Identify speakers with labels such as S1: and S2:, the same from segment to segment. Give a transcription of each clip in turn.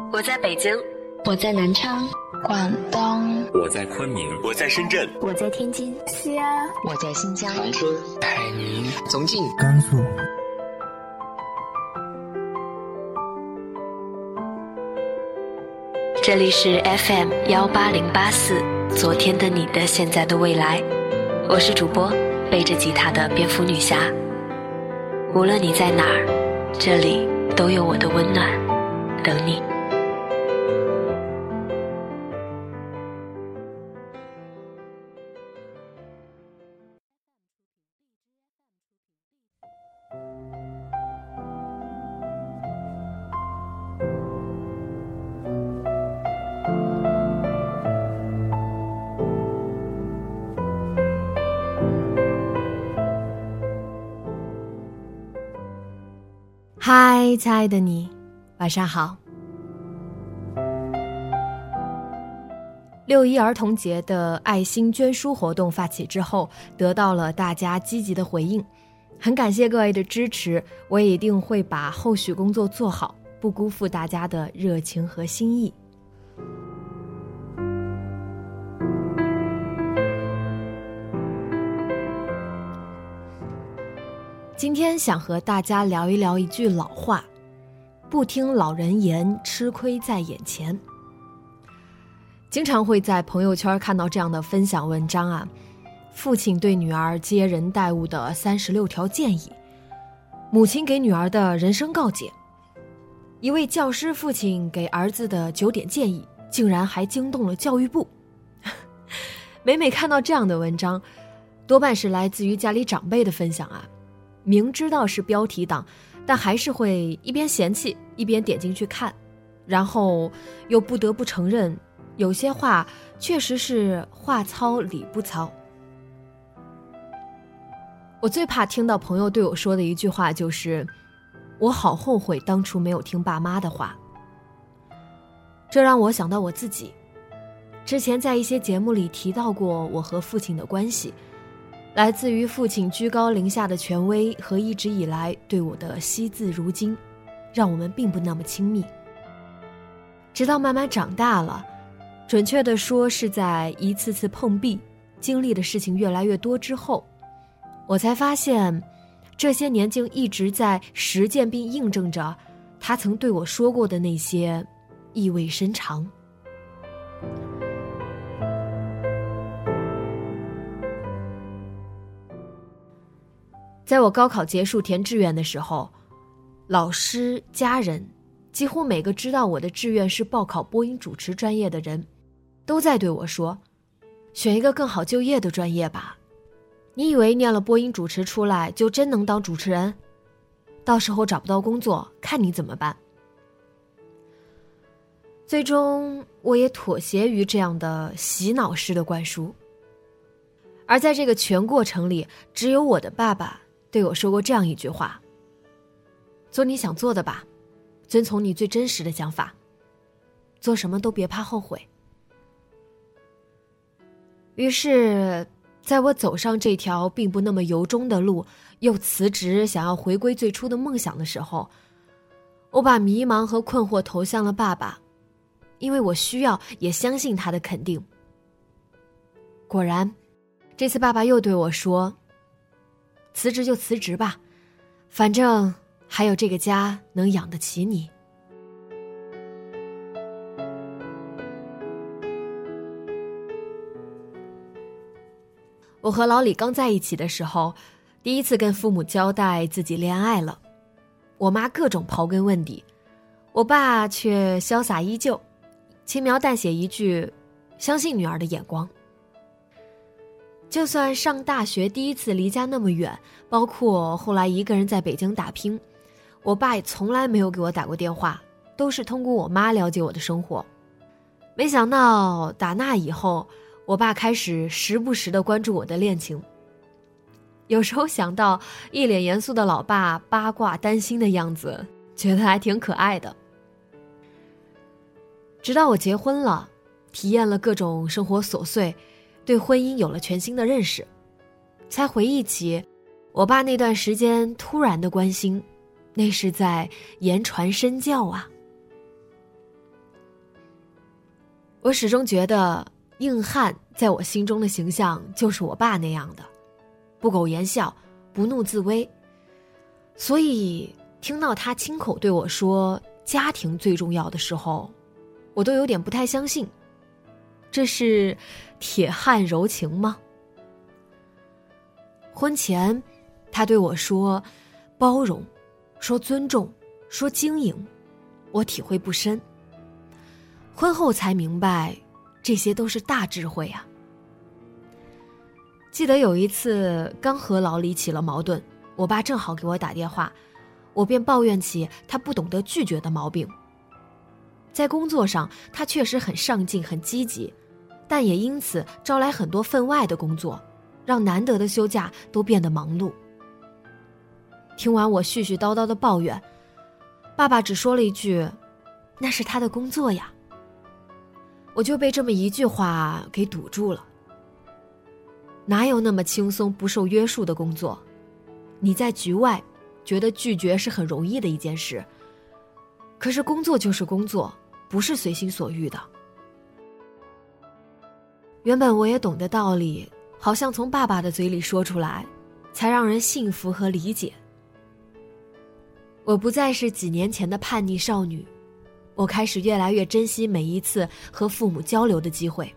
S1: 我在北京，
S2: 我在南昌，
S3: 广东，
S4: 我在昆明，
S5: 我在深圳，
S2: 我在天津，
S3: 西安，
S2: 我在新疆，
S6: 长春，
S7: 海宁，
S8: 重庆，
S9: 甘肃。
S1: 这里是 FM18084，昨天的你的现在的未来，我是主播背着吉他的蝙蝠女侠。无论你在哪儿，这里都有我的温暖等你。
S10: 嗨，亲爱的你，晚上好。6·1儿童节的爱心捐书活动发起之后，得到了大家积极的回应，很感谢各位的支持，我也一定会把后续工作做好，不辜负大家的热情和心意。今天想和大家聊一聊一句老话，不听老人言，吃亏在眼前。经常会在朋友圈看到这样的分享文章啊，父亲对女儿接人待物的36条建议，母亲给女儿的人生告诫，一位教师父亲给儿子的9点建议，竟然还惊动了教育部。每每看到这样的文章，多半是来自于家里长辈的分享啊，明知道是标题党，但还是会一边嫌弃一边点进去看，然后又不得不承认，有些话确实是话糙理不糙。我最怕听到朋友对我说的一句话就是，我好后悔当初没有听爸妈的话。这让我想到我自己，之前在一些节目里提到过我和父亲的关系，来自于父亲居高临下的权威和一直以来对我的惜字如金，让我们并不那么亲密。直到慢慢长大了，准确地说是在一次次碰壁，经历的事情越来越多之后，我才发现这些年竟一直在实践并印证着他曾对我说过的那些意味深长。在我高考结束填志愿的时候，老师、家人，几乎每个知道我的志愿是报考播音主持专业的人，都在对我说，选一个更好就业的专业吧。你以为念了播音主持出来就真能当主持人？到时候找不到工作，看你怎么办。最终我也妥协于这样的洗脑式的灌输。而在这个全过程里，只有我的爸爸对我说过这样一句话，做你想做的吧，遵从你最真实的想法，做什么都别怕后悔。于是在我走上这条并不那么由衷的路，又辞职想要回归最初的梦想的时候，我把迷茫和困惑投向了爸爸，因为我需要也相信他的肯定。果然这次爸爸又对我说，辞职就辞职吧，反正还有这个家能养得起你。我和老李刚在一起的时候，第一次跟父母交代自己恋爱了，我妈各种刨根问底，我爸却潇洒依旧，轻描淡写一句，相信女儿的眼光。就算上大学第一次离家那么远，包括后来一个人在北京打拼，我爸也从来没有给我打过电话，都是通过我妈了解我的生活。没想到打那以后，我爸开始时不时地关注我的恋情。有时候想到一脸严肃的老爸八卦担心的样子，觉得还挺可爱的。直到我结婚了，体验了各种生活琐碎，对婚姻有了全新的认识，才回忆起我爸那段时间突然的关心，那是在言传身教啊。 我始终觉得硬汉在我心中的形象就是我爸那样的，不苟言笑，不怒自威。所以听到他亲口对我说家庭最重要的时候，我都有点不太相信。这是铁汉柔情吗？婚前他对我说包容，说尊重，说经营，我体会不深。婚后才明白，这些都是大智慧啊。记得有一次刚和老李起了矛盾，我爸正好给我打电话，我便抱怨起他不懂得拒绝的毛病。在工作上他确实很上进很积极，但也因此招来很多分外的工作，让难得的休假都变得忙碌。听完我絮絮叨叨的抱怨，爸爸只说了一句，那是他的工作呀。我就被这么一句话给堵住了。哪有那么轻松不受约束的工作？你在局外觉得拒绝是很容易的一件事，可是工作就是工作，不是随心所欲的。原本我也懂得道理，好像从爸爸的嘴里说出来，才让人信服和理解。我不再是几年前的叛逆少女，我开始越来越珍惜每一次和父母交流的机会。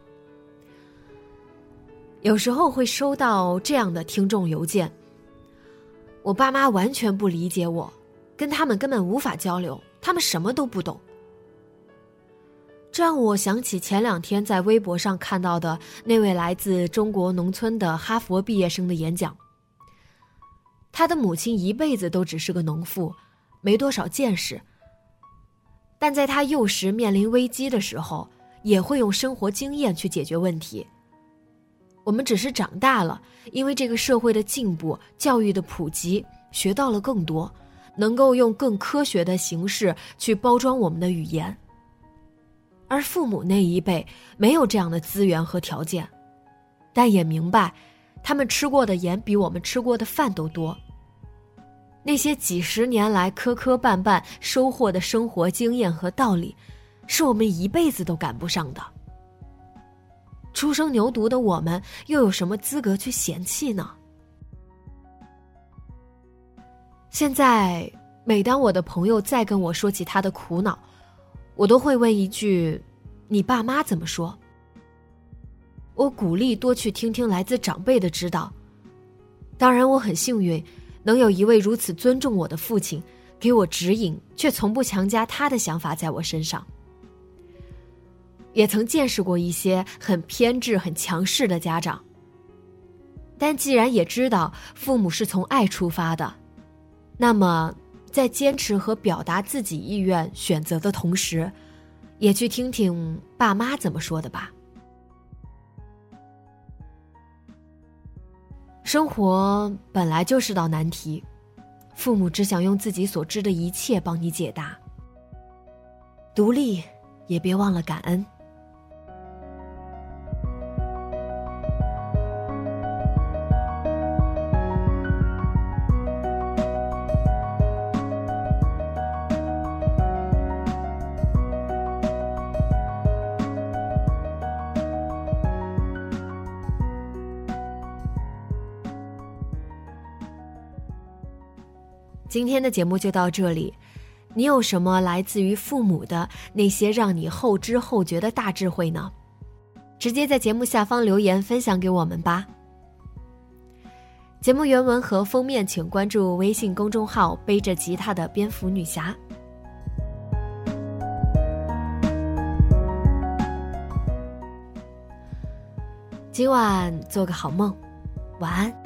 S10: 有时候会收到这样的听众邮件，我爸妈完全不理解我，跟他们根本无法交流，他们什么都不懂。这让我想起前2天在微博上看到的那位来自中国农村的哈佛毕业生的演讲。他的母亲一辈子都只是个农妇，没多少见识，但在他幼时面临危机的时候，也会用生活经验去解决问题。我们只是长大了，因为这个社会的进步，教育的普及，学到了更多，能够用更科学的形式去包装我们的语言。而父母那一辈没有这样的资源和条件，但也明白他们吃过的盐比我们吃过的饭都多。那些几十年来磕磕绊绊收获的生活经验和道理，是我们一辈子都赶不上的。初生牛犊的我们又有什么资格去嫌弃呢？现在每当我的朋友再跟我说起他的苦恼，我都会问一句，你爸妈怎么说？我鼓励多去听听来自长辈的指导。当然我很幸运能有一位如此尊重我的父亲，给我指引，却从不强加他的想法在我身上。也曾见识过一些很偏执很强势的家长，但既然也知道父母是从爱出发的，那么在坚持和表达自己意愿选择的同时，也去听听爸妈怎么说的吧。生活本来就是道难题，父母只想用自己所知的一切帮你解答。独立，也别忘了感恩。今天的节目就到这里，你有什么来自于父母的那些让你后知后觉的大智慧呢？直接在节目下方留言分享给我们吧。节目原文和封面请关注微信公众号背着吉他的蝙蝠女侠。今晚做个好梦，晚安。